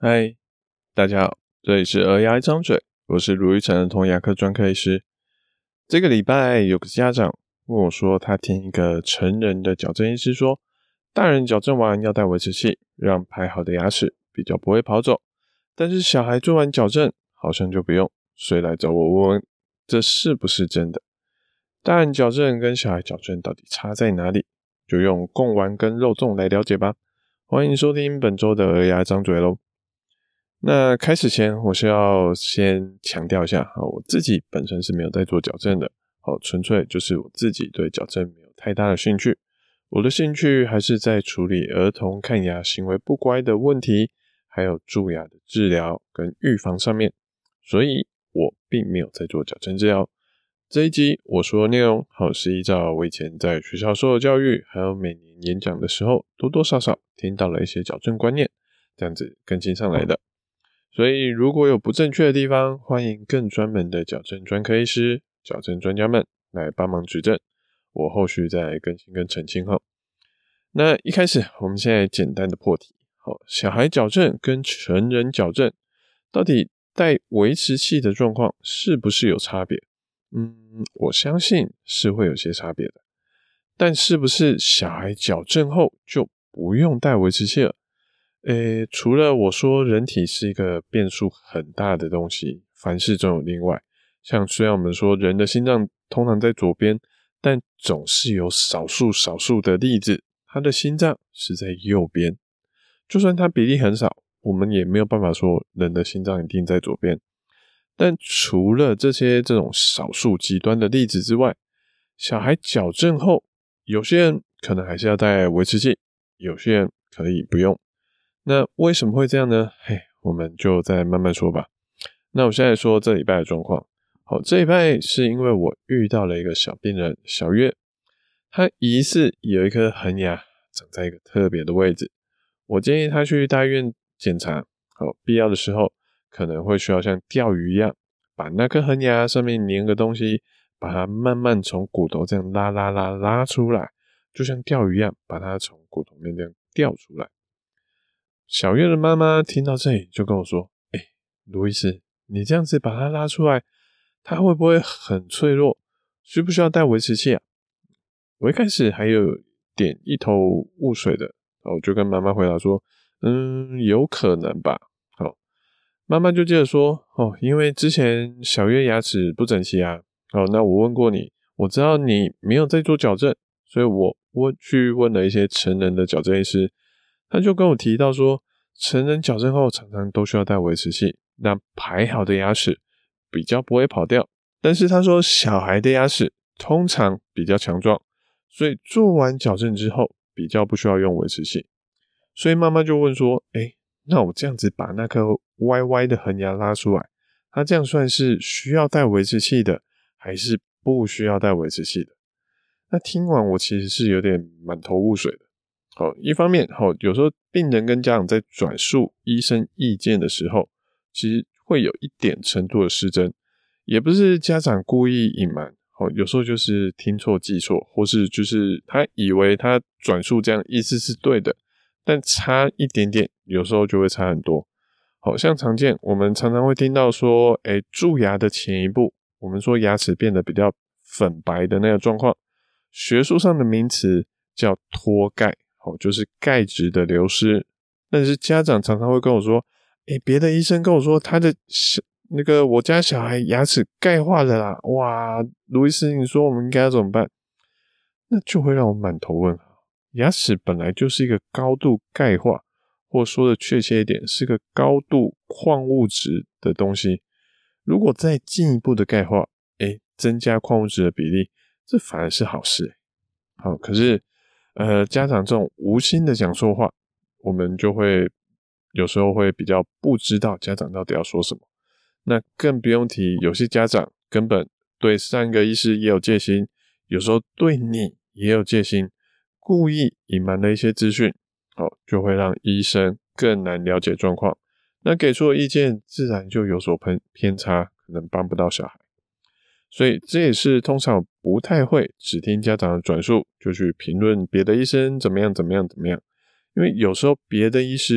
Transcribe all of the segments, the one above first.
嗨，大家好，这里是儿牙一张嘴，我是卢玉成儿童牙科专科医师。这个礼拜有个家长问我说，他听一个成人的矫正医师说，大人矫正完要戴维持器，让排好的牙齿比较不会跑走，但是小孩做完矫正好像就不用，所以来找我问问，这是不是真的？大人矫正跟小孩矫正到底差在哪里？就用贡丸跟肉粽来了解吧。欢迎收听本周的儿牙一张嘴咯。那开始前，我是要先强调一下，我自己本身是没有在做矫正的，纯粹就是我自己对矫正没有太大的兴趣。我的兴趣还是在处理儿童看牙行为不乖的问题，还有蛀牙的治疗跟预防上面，所以我并没有在做矫正治疗。这一集我说的内容，是依照我以前在学校受的教育，还有每年演讲的时候，多多少少听到了一些矫正观念，这样子更新上来的。所以如果有不正确的地方，欢迎更专门的矫正专科医师、矫正专家们来帮忙指正，我后续再来更新跟澄清后。那一开始我们现在简单的破题，小孩矫正跟成人矫正到底戴维持器的状况是不是有差别？我相信是会有些差别的，但是不是小孩矫正后就不用戴维持器了？除了我说人体是一个变数很大的东西，凡事总有例外。像虽然我们说人的心脏通常在左边，但总是有少数的例子，他的心脏是在右边。就算它比例很少，我们也没有办法说人的心脏一定在左边。但除了这种少数极端的例子之外，小孩矫正后，有些人可能还是要戴维持器，有些人可以不用。那为什么会这样呢？我们就再慢慢说吧。那我现在说这礼拜的状况。这礼拜是因为我遇到了一个小病人小月，他疑似有一颗恒牙长在一个特别的位置。我建议他去大医院检查，必要的时候可能会需要像钓鱼一样，把那颗恒牙上面粘个东西，把它慢慢从骨头这样拉出来，就像钓鱼一样，把它从骨头面这样钓出来。小月的妈妈听到这里就跟我说，卢医师，你这样子把它拉出来，它会不会很脆弱？需不需要戴维持器啊？我一开始还有点一头雾水的，我就跟妈妈回答说，有可能吧。妈妈就接着说，因为之前小月牙齿不整齐啊，那我问过你，我知道你没有在做矫正，所以我去问了一些成人的矫正医师，他就跟我提到说，成人矫正后常常都需要戴维持器，那排好的牙齿比较不会跑掉，但是他说小孩的牙齿通常比较强壮，所以做完矫正之后比较不需要用维持器。所以妈妈就问说，那我这样子把那颗歪歪的恒牙拉出来，它这样算是需要戴维持器的，还是不需要戴维持器的？那听完我其实是有点满头雾水的。一方面，有时候病人跟家长在转述医生意见的时候，其实会有一点程度的失真，也不是家长故意隐瞒，有时候就是听错记错，或是就是他以为他转述这样意思是对的，但差一点点，有时候就会差很多。像我们常常会听到说，蛀牙的前一步，我们说牙齿变得比较粉白的那个状况，学术上的名词叫脱钙，就是钙质的流失。但是家长常常会跟我说，别的医生跟我说他的我家小孩牙齿钙化了啦，哇，卢医师你说我们应该要怎么办？那就会让我满头问号。牙齿本来就是一个高度钙化，或说的确切一点，是个高度矿物质的东西。如果再进一步的钙化，增加矿物质的比例，这反而是好事。可是家长这种无心的讲错话，我们就会有时候会比较不知道家长到底要说什么。那更不用提有些家长根本对上一个医师也有戒心，有时候对你也有戒心，故意隐瞒了一些资讯，就会让医生更难了解状况，那给出的意见自然就有所偏差，可能帮不到小孩。所以这也是通常不太会只听家长的转述就去评论别的医生怎么样，因为有时候别的医师可能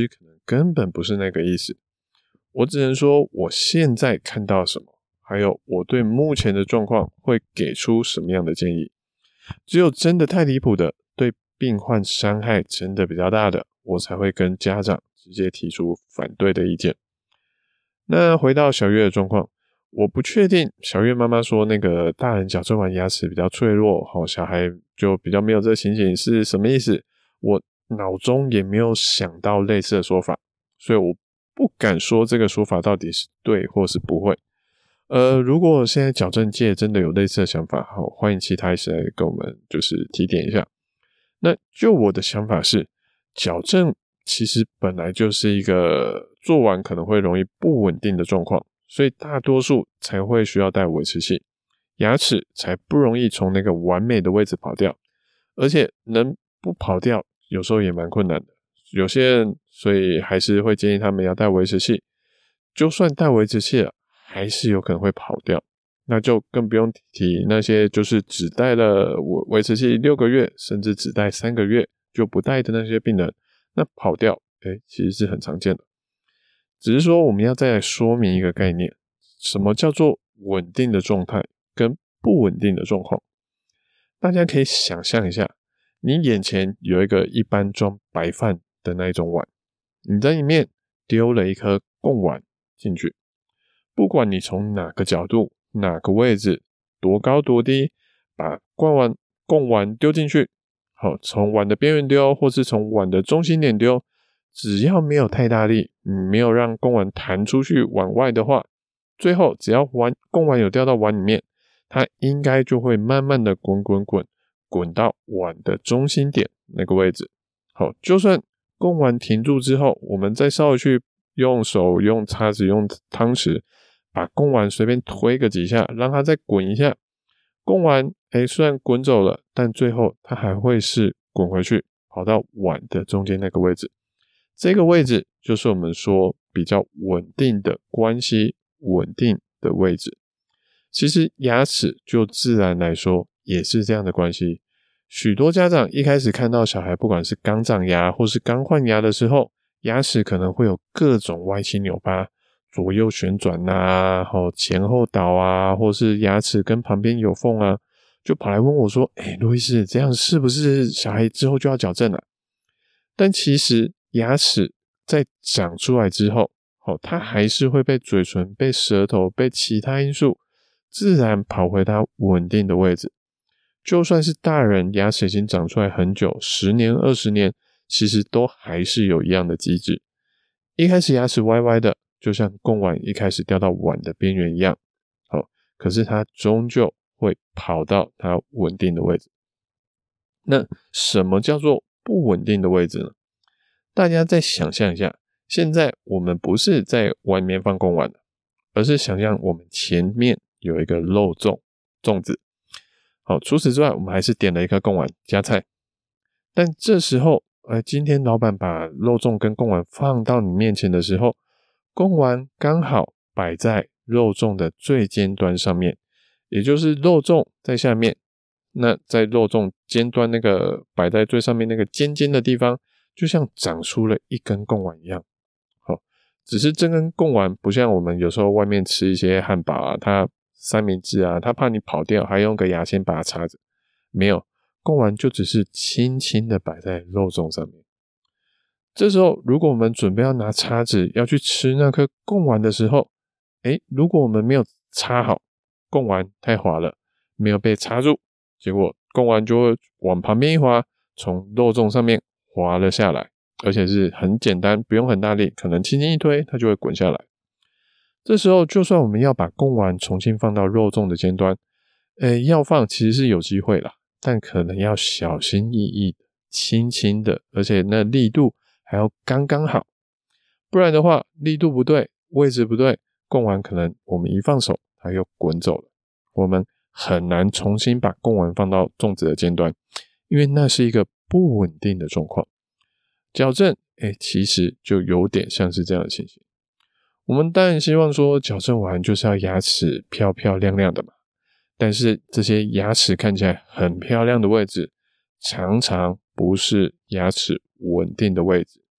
根本不是那个意思。我只能说我现在看到什么，还有我对目前的状况会给出什么样的建议。只有真的太离谱的，对病患伤害真的比较大的，我才会跟家长直接提出反对的意见。那回到小月的状况，我不确定小月妈妈说那个大人矫正完牙齿比较脆弱，小孩就比较没有这个情形是什么意思，我脑中也没有想到类似的说法，所以我不敢说这个说法到底是对或是不会。如果现在矫正界真的有类似的想法，好，欢迎其他医师来跟我们就是提点一下。那就我的想法是，矫正其实本来就是一个做完可能会容易不稳定的状况，所以大多数才会需要戴维持器，牙齿才不容易从那个完美的位置跑掉，而且能不跑掉有时候也蛮困难的。有些人所以还是会建议他们要戴维持器，就算戴维持器了，还是有可能会跑掉。那就更不用提那些就是只戴了维持器6个月，甚至只戴3个月就不戴的那些病人，那跑掉其实是很常见的。只是说我们要再来说明一个概念，什么叫做稳定的状态跟不稳定的状况。大家可以想象一下，你眼前有一个一般装白饭的那一种碗，你在里面丢了一颗贡丸进去，不管你从哪个角度哪个位置多高多低把贡丸丢进去，好，从碗的边缘丢或是从碗的中心点丢，只要没有太大力，没有让贡丸弹出去碗外的话，最后只要贡丸有掉到碗里面，它应该就会慢慢的滚到碗的中心点那个位置。好，就算贡丸停住之后，我们再稍微去用手用叉子用汤匙把贡丸随便推个几下，让它再滚一下，贡丸虽然滚走了，但最后它还会是滚回去跑到碗的中间那个位置。这个位置就是我们说比较稳定的关系，稳定的位置。其实牙齿就自然来说也是这样的关系。许多家长一开始看到小孩不管是刚长牙或是刚换牙的时候，牙齿可能会有各种歪七扭八，左右旋转啊，前后倒啊，或是牙齿跟旁边有缝啊，就跑来问我说路医师，这样是不是小孩之后就要矫正了？但其实牙齿在长出来之后它还是会被嘴唇、被舌头、被其他因素自然跑回它稳定的位置。就算是大人牙齿已经长出来很久，10年、20年，其实都还是有一样的机制。一开始牙齿歪歪的，就像贡丸一开始掉到碗的边缘一样，可是它终究会跑到它稳定的位置。那什么叫做不稳定的位置呢？大家再想象一下，现在我们不是在碗里面放贡丸的，而是想象我们前面有一个肉粽子。好，除此之外，我们还是点了一颗贡丸加菜。但这时候今天老板把肉粽跟贡丸放到你面前的时候，贡丸刚好摆在肉粽的最尖端上面，也就是肉粽在下面，那在肉粽尖端那个摆在最上面那个尖尖的地方，就像长出了一根贡丸一样。好，只是这根贡丸不像我们有时候外面吃一些汉堡啊，它三明治啊，它怕你跑掉，还用个牙签把它插着。没有，贡丸就只是轻轻的摆在肉粽上面。这时候如果我们准备要拿叉子要去吃那颗贡丸的时候，如果我们没有插好，贡丸太滑了，没有被插住，结果贡丸就会往旁边一滑，从肉粽上面滑了下来，而且是很简单，不用很大力，可能轻轻一推它就会滚下来。这时候就算我们要把贡丸重新放到肉粽的尖端，要放其实是有机会啦，但可能要小心翼翼的，轻轻的，而且那力度还要刚刚好，不然的话力度不对，位置不对，贡丸可能我们一放手它又滚走了，我们很难重新把贡丸放到粽子的尖端，因为那是一个不稳定的状况。矫正其实就有点像是这样的情形。我们当然希望说矫正完就是要牙齿漂漂亮亮的嘛，但是这些牙齿看起来很漂亮的位置，常常不是牙齿稳定的位置，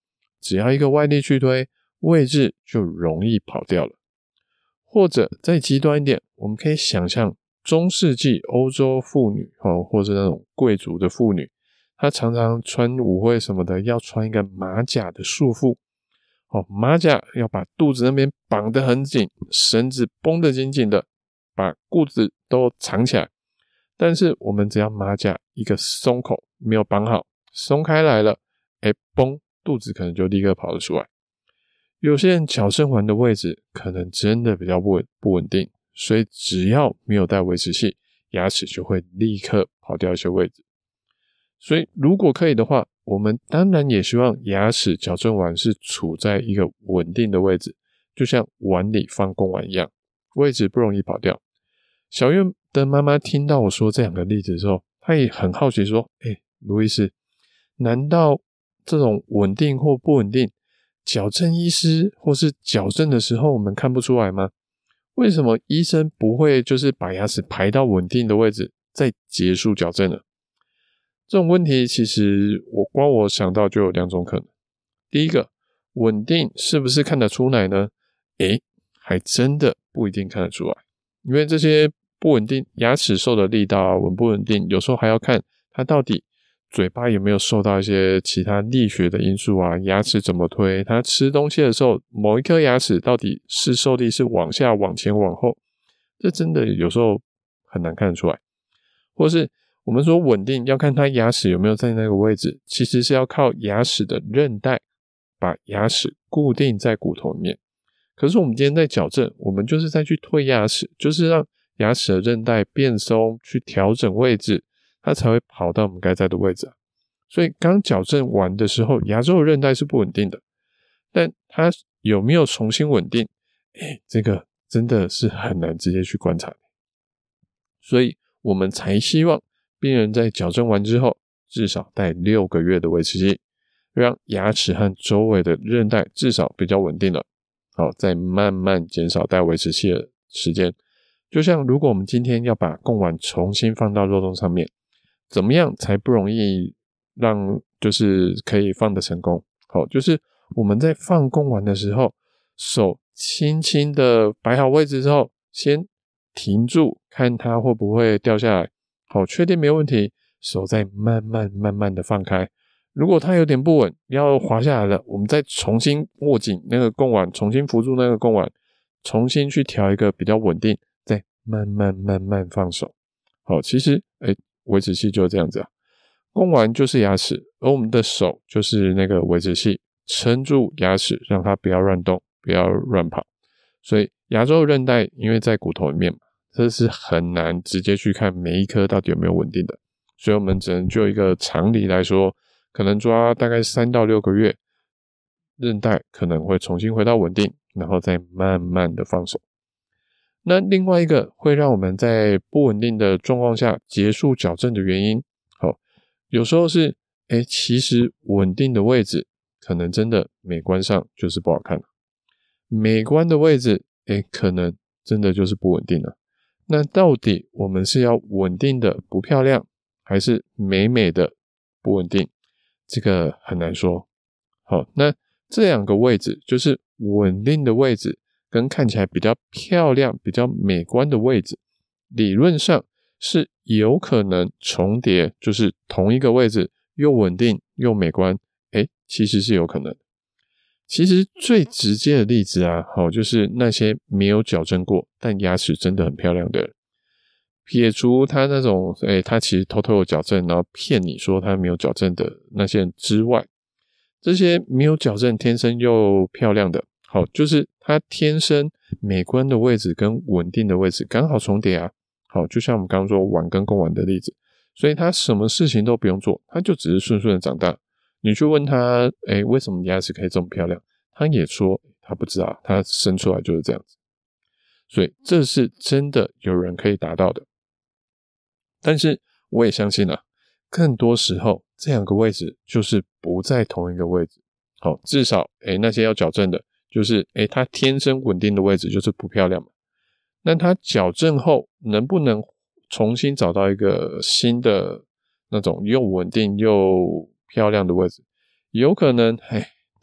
只要一个外力去推，位置就容易跑掉了。或者再极端一点，我们可以想象中世纪欧洲妇女或者那种贵族的妇女，她常常穿舞会什么的要穿一个马甲的束缚，马甲要把肚子那边绑得很紧，绳子绷得紧紧的，把裤子都藏起来。但是我们只要马甲一个松口没有绑好，松开来了，嘣，肚子可能就立刻跑了出来。有些人矫正完的位置可能真的比较不稳定，所以只要没有带维持器，牙齿就会立刻跑掉一些位置。所以如果可以的话，我们当然也希望牙齿矫正完是处在一个稳定的位置，就像碗里放贡丸一样，位置不容易跑掉。小月的妈妈听到我说这两个例子之后，她也很好奇说，卢医师，难道这种稳定或不稳定，矫正医师或是矫正的时候我们看不出来吗？为什么医生不会就是把牙齿排到稳定的位置再结束矫正呢？这种问题其实光我想到就有两种可能。第一个，稳定是不是看得出来呢？还真的不一定看得出来，因为这些不稳定，牙齿受的力道稳不稳定，有时候还要看它到底嘴巴有没有受到一些其他力学的因素啊，牙齿怎么推，它吃东西的时候某一颗牙齿到底是受力是往下往前往后，这真的有时候很难看得出来。或是我们说稳定要看它牙齿有没有在那个位置，其实是要靠牙齿的韧带把牙齿固定在骨头里面。可是我们今天在矫正，我们就是在去推牙齿，就是让牙齿的韧带变松，去调整位置，它才会跑到我们该在的位置。所以刚矫正完的时候，牙周的韧带是不稳定的，但它有没有重新稳定，这个真的是很难直接去观察的。所以我们才希望病人在矫正完之后至少戴6个月的维持器，让牙齿和周围的韧带至少比较稳定了，再慢慢减少戴维持器的时间。就像如果我们今天要把贡丸重新放到肉粽上面，怎么样才不容易让就是可以放得成功？就是我们在放贡丸的时候，手轻轻的摆好位置之后，先停住，看它会不会掉下来。确定没问题，手再慢慢的放开。如果它有点不稳，要滑下来了，我们再重新握紧那个贡丸，重新扶住那个贡丸，重新去调一个比较稳定，再慢慢放手。其实维持器就是这样子啊。贡丸就是牙齿，而我们的手就是那个维持器，撑住牙齿，让它不要乱动，不要乱跑。所以牙周韧带因为在骨头里面嘛，这是很难直接去看每一颗到底有没有稳定的，所以我们只能就一个常理来说，可能抓大概3到6个月，韧带可能会重新回到稳定，然后再慢慢的放手。那另外一个会让我们在不稳定的状况下结束矫正的原因，有时候是其实稳定的位置可能真的美观上就是不好看了，美观的位置可能真的就是不稳定了。那到底我们是要稳定的不漂亮，还是美美的不稳定？这个很难说。那这两个位置，就是稳定的位置跟看起来比较漂亮比较美观的位置，理论上是有可能重叠，就是同一个位置又稳定又美观，其实是有可能的。其实最直接的例子啊，就是那些没有矫正过但牙齿真的很漂亮的人，撇除他那种他其实偷偷有矫正然后骗你说他没有矫正的那些人之外，这些没有矫正天生又漂亮的，就是他天生美观的位置跟稳定的位置刚好重叠啊。就像我们刚刚说碗跟贡丸的例子，所以他什么事情都不用做，他就只是顺顺的长大。你去问他为什么牙齿可以这么漂亮，他也说他不知道，他生出来就是这样子。所以这是真的有人可以达到的。但是我也相信更多时候这两个位置就是不在同一个位置。至少那些要矫正的就是他天生稳定的位置就是不漂亮嘛。那他矫正后能不能重新找到一个新的那种又稳定又漂亮的位置？有可能，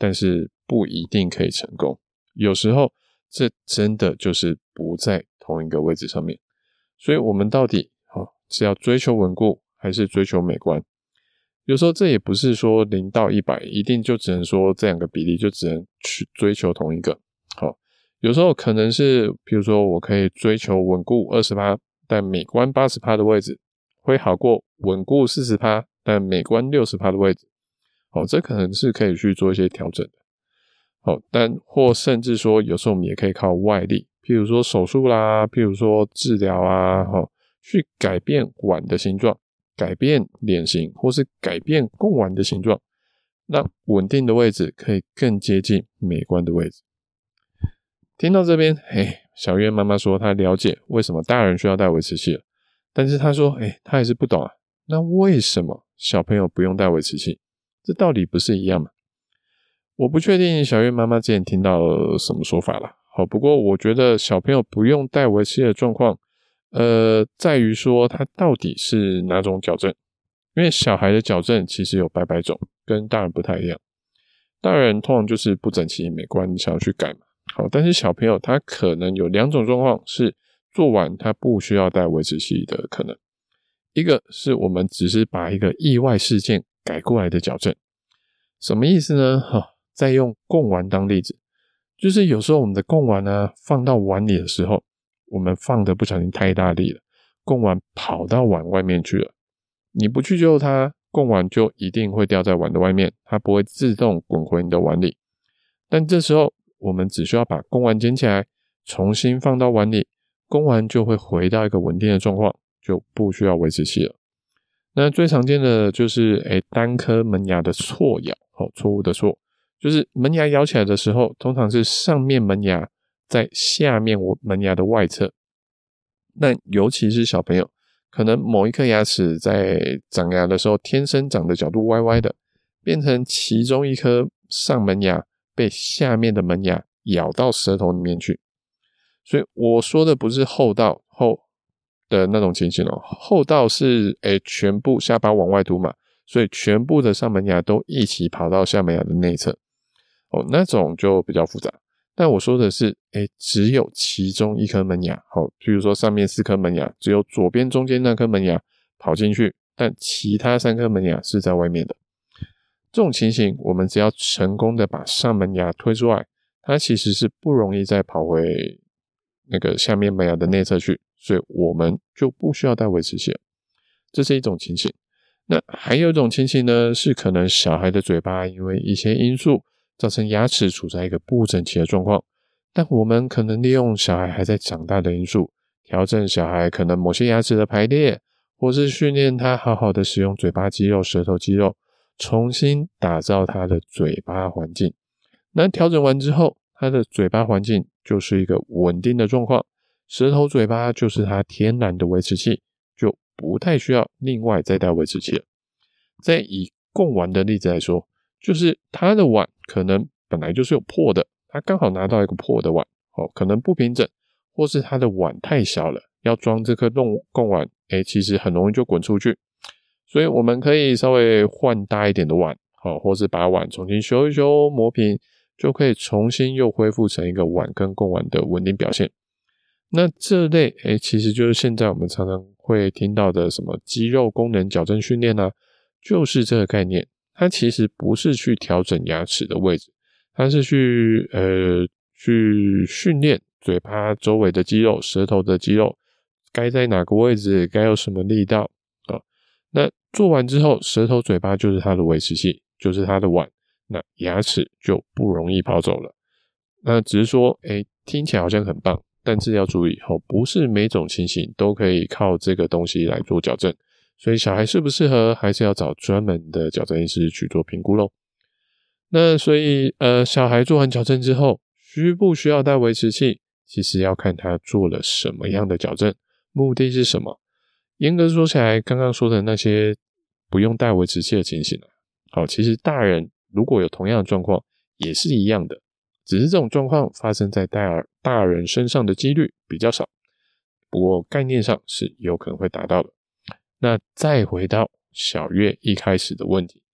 但是不一定可以成功。有时候这真的就是不在同一个位置上面。所以我们到底是要追求稳固还是追求美观？有时候这也不是说0到100一定就只能说这两个比例就只能去追求同一个。有时候可能是比如说我可以追求稳固 20% 但美观 80% 的位置，会好过稳固 40% 但美观 60% 的位置。这可能是可以去做一些调整的。但或甚至说有时候我们也可以靠外力，譬如说手术啦，譬如说治疗啊，去改变碗的形状，改变脸型，或是改变贡碗的形状，让稳定的位置可以更接近美观的位置。听到这边，小月妈妈说她了解为什么大人需要带维持器了，但是她说她还是不懂啊，那为什么小朋友不用带维持器？这道理不是一样吗？我不确定小月妈妈之前听到了什么说法啦。不过我觉得小朋友不用带维持器的状况在于说他到底是哪种矫正。因为小孩的矫正其实有百百种，跟大人不太一样。大人通常就是不整齐美观，你想要去改嘛。但是小朋友他可能有2种状况是做完他不需要带维持器的可能。一个是我们只是把一个意外事件改过来的矫正。什么意思呢？再用贡丸当例子，就是有时候我们的贡丸放到碗里的时候，我们放的不小心太大力了，贡丸跑到碗外面去了。你不去救它，贡丸就一定会掉在碗的外面，它不会自动滚回你的碗里。但这时候我们只需要把贡丸捡起来，重新放到碗里，贡丸就会回到一个稳定的状况，就不需要维持器了。那最常见的就是单颗门牙的错咬，错误的错，就是门牙咬起来的时候，通常是上面门牙在下面门牙的外侧。但尤其是小朋友，可能某一颗牙齿在长牙的时候天生长的角度歪歪的，变成其中一颗上门牙被下面的门牙咬到舌头里面去。所以我说的不是后道的那种情形后道是全部下巴往外凸嘛，所以全部的上门牙都一起跑到下门牙的内侧。那种就比较复杂。但我说的是只有其中一颗门牙，譬如说上面4颗门牙，只有左边中间那颗门牙跑进去，但其他3颗门牙是在外面的。这种情形我们只要成功的把上门牙推出来，它其实是不容易再跑回那个下面门牙的内侧去，所以我们就不需要带维持器了。这是一种情形。那还有一种情形呢，是可能小孩的嘴巴因为一些因素造成牙齿处在一个不整齐的状况，但我们可能利用小孩还在长大的因素，调整小孩可能某些牙齿的排列，或是训练他好好的使用嘴巴肌肉、舌头肌肉，重新打造他的嘴巴环境。那调整完之后，他的嘴巴环境就是一个稳定的状况，舌头嘴巴就是他天然的维持器，就不太需要另外再带维持器了。再以贡丸的例子来说，就是他的碗可能本来就是有破的，他刚好拿到一个破的碗，可能不平整，或是他的碗太小了，要装这颗贡丸其实很容易就滚出去。所以我们可以稍微换大一点的碗，或是把碗重新修一修磨平，就可以重新又恢复成一个碗跟贡丸的稳定表现。那这类其实就是现在我们常常会听到的什么肌肉功能矫正训练就是这个概念。它其实不是去调整牙齿的位置，它是去训练嘴巴周围的肌肉、舌头的肌肉该在哪个位置，该有什么力道那做完之后，舌头嘴巴就是它的维持器，就是它的碗，那牙齿就不容易跑走了。那只是说听起来好像很棒，但是要注意不是每种情形都可以靠这个东西来做矫正，所以小孩适不适合还是要找专门的矫正医师去做评估咯。那所以小孩做完矫正之后需不需要带维持器，其实要看他做了什么样的矫正，目的是什么。严格说起来，刚刚说的那些不用带维持器的情形其实大人如果有同样的状况也是一样的，只是这种状况发生在大人身上的几率比较少，不过概念上是有可能会达到的。那再回到小月一开始的问题，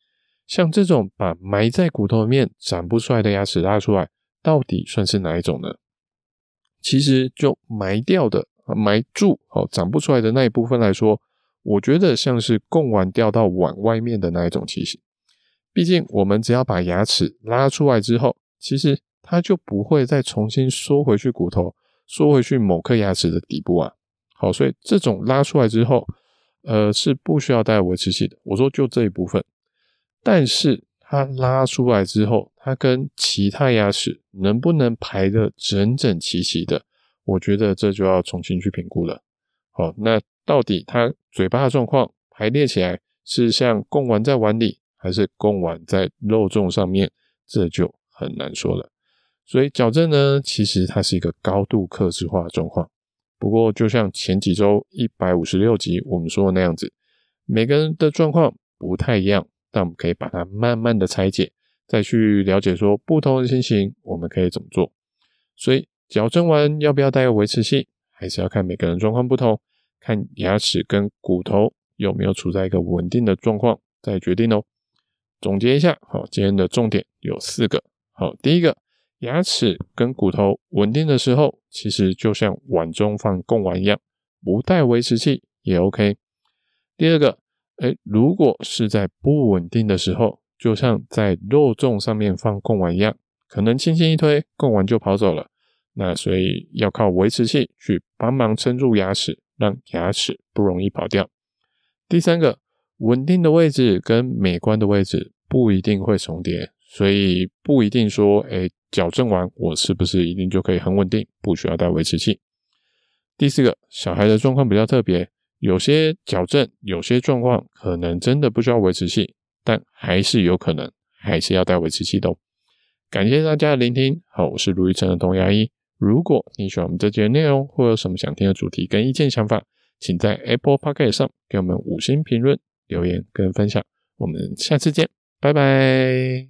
像这种把埋在骨头里面长不出来的牙齿拉出来，到底算是哪一种呢？其实就埋掉的埋住长不出来的那一部分来说，我觉得像是贡丸掉到碗外面的那一种情形。毕竟我们只要把牙齿拉出来之后，其实它就不会再重新缩回去骨头，缩回去某颗牙齿的底部啊。好，所以这种拉出来之后是不需要带维持器的，我说就这一部分。但是它拉出来之后，它跟其他牙齿能不能排得整整齐齐的，我觉得这就要重新去评估了。好，那到底它嘴巴的状况排列起来是像贡丸在碗里，还是贡丸在肉粽上面，这就很难说了。所以矫正呢，其实它是一个高度客制化的状况。不过就像前几周156集我们说的那样子，每个人的状况不太一样，但我们可以把它慢慢的拆解，再去了解说不同的情形我们可以怎么做。所以矫正完要不要带维持器，还是要看每个人状况不同，看牙齿跟骨头有没有处在一个稳定的状况再决定哦。总结一下，好，今天的重点有4个。好，第一个，牙齿跟骨头稳定的时候，其实就像碗中放贡丸一样，不带维持器也 OK。第二个，如果是在不稳定的时候，就像在肉粽上面放贡丸一样，可能轻轻一推，贡丸就跑走了。那所以要靠维持器去帮忙撑住牙齿，让牙齿不容易跑掉。第三个，稳定的位置跟美观的位置不一定会重叠，所以不一定说矫正完我是不是一定就可以很稳定，不需要带维持器。第四个，小孩的状况比较特别，有些矫正有些状况可能真的不需要维持器，但还是有可能还是要带维持器的哦。感谢大家的聆听，好，我是卢玉成的童牙医。如果你喜欢我们这节内容，或有什么想听的主题跟意见想法，请在 Apple Podcast 上给我们5星评论、留言跟分享。我们下次见，拜拜。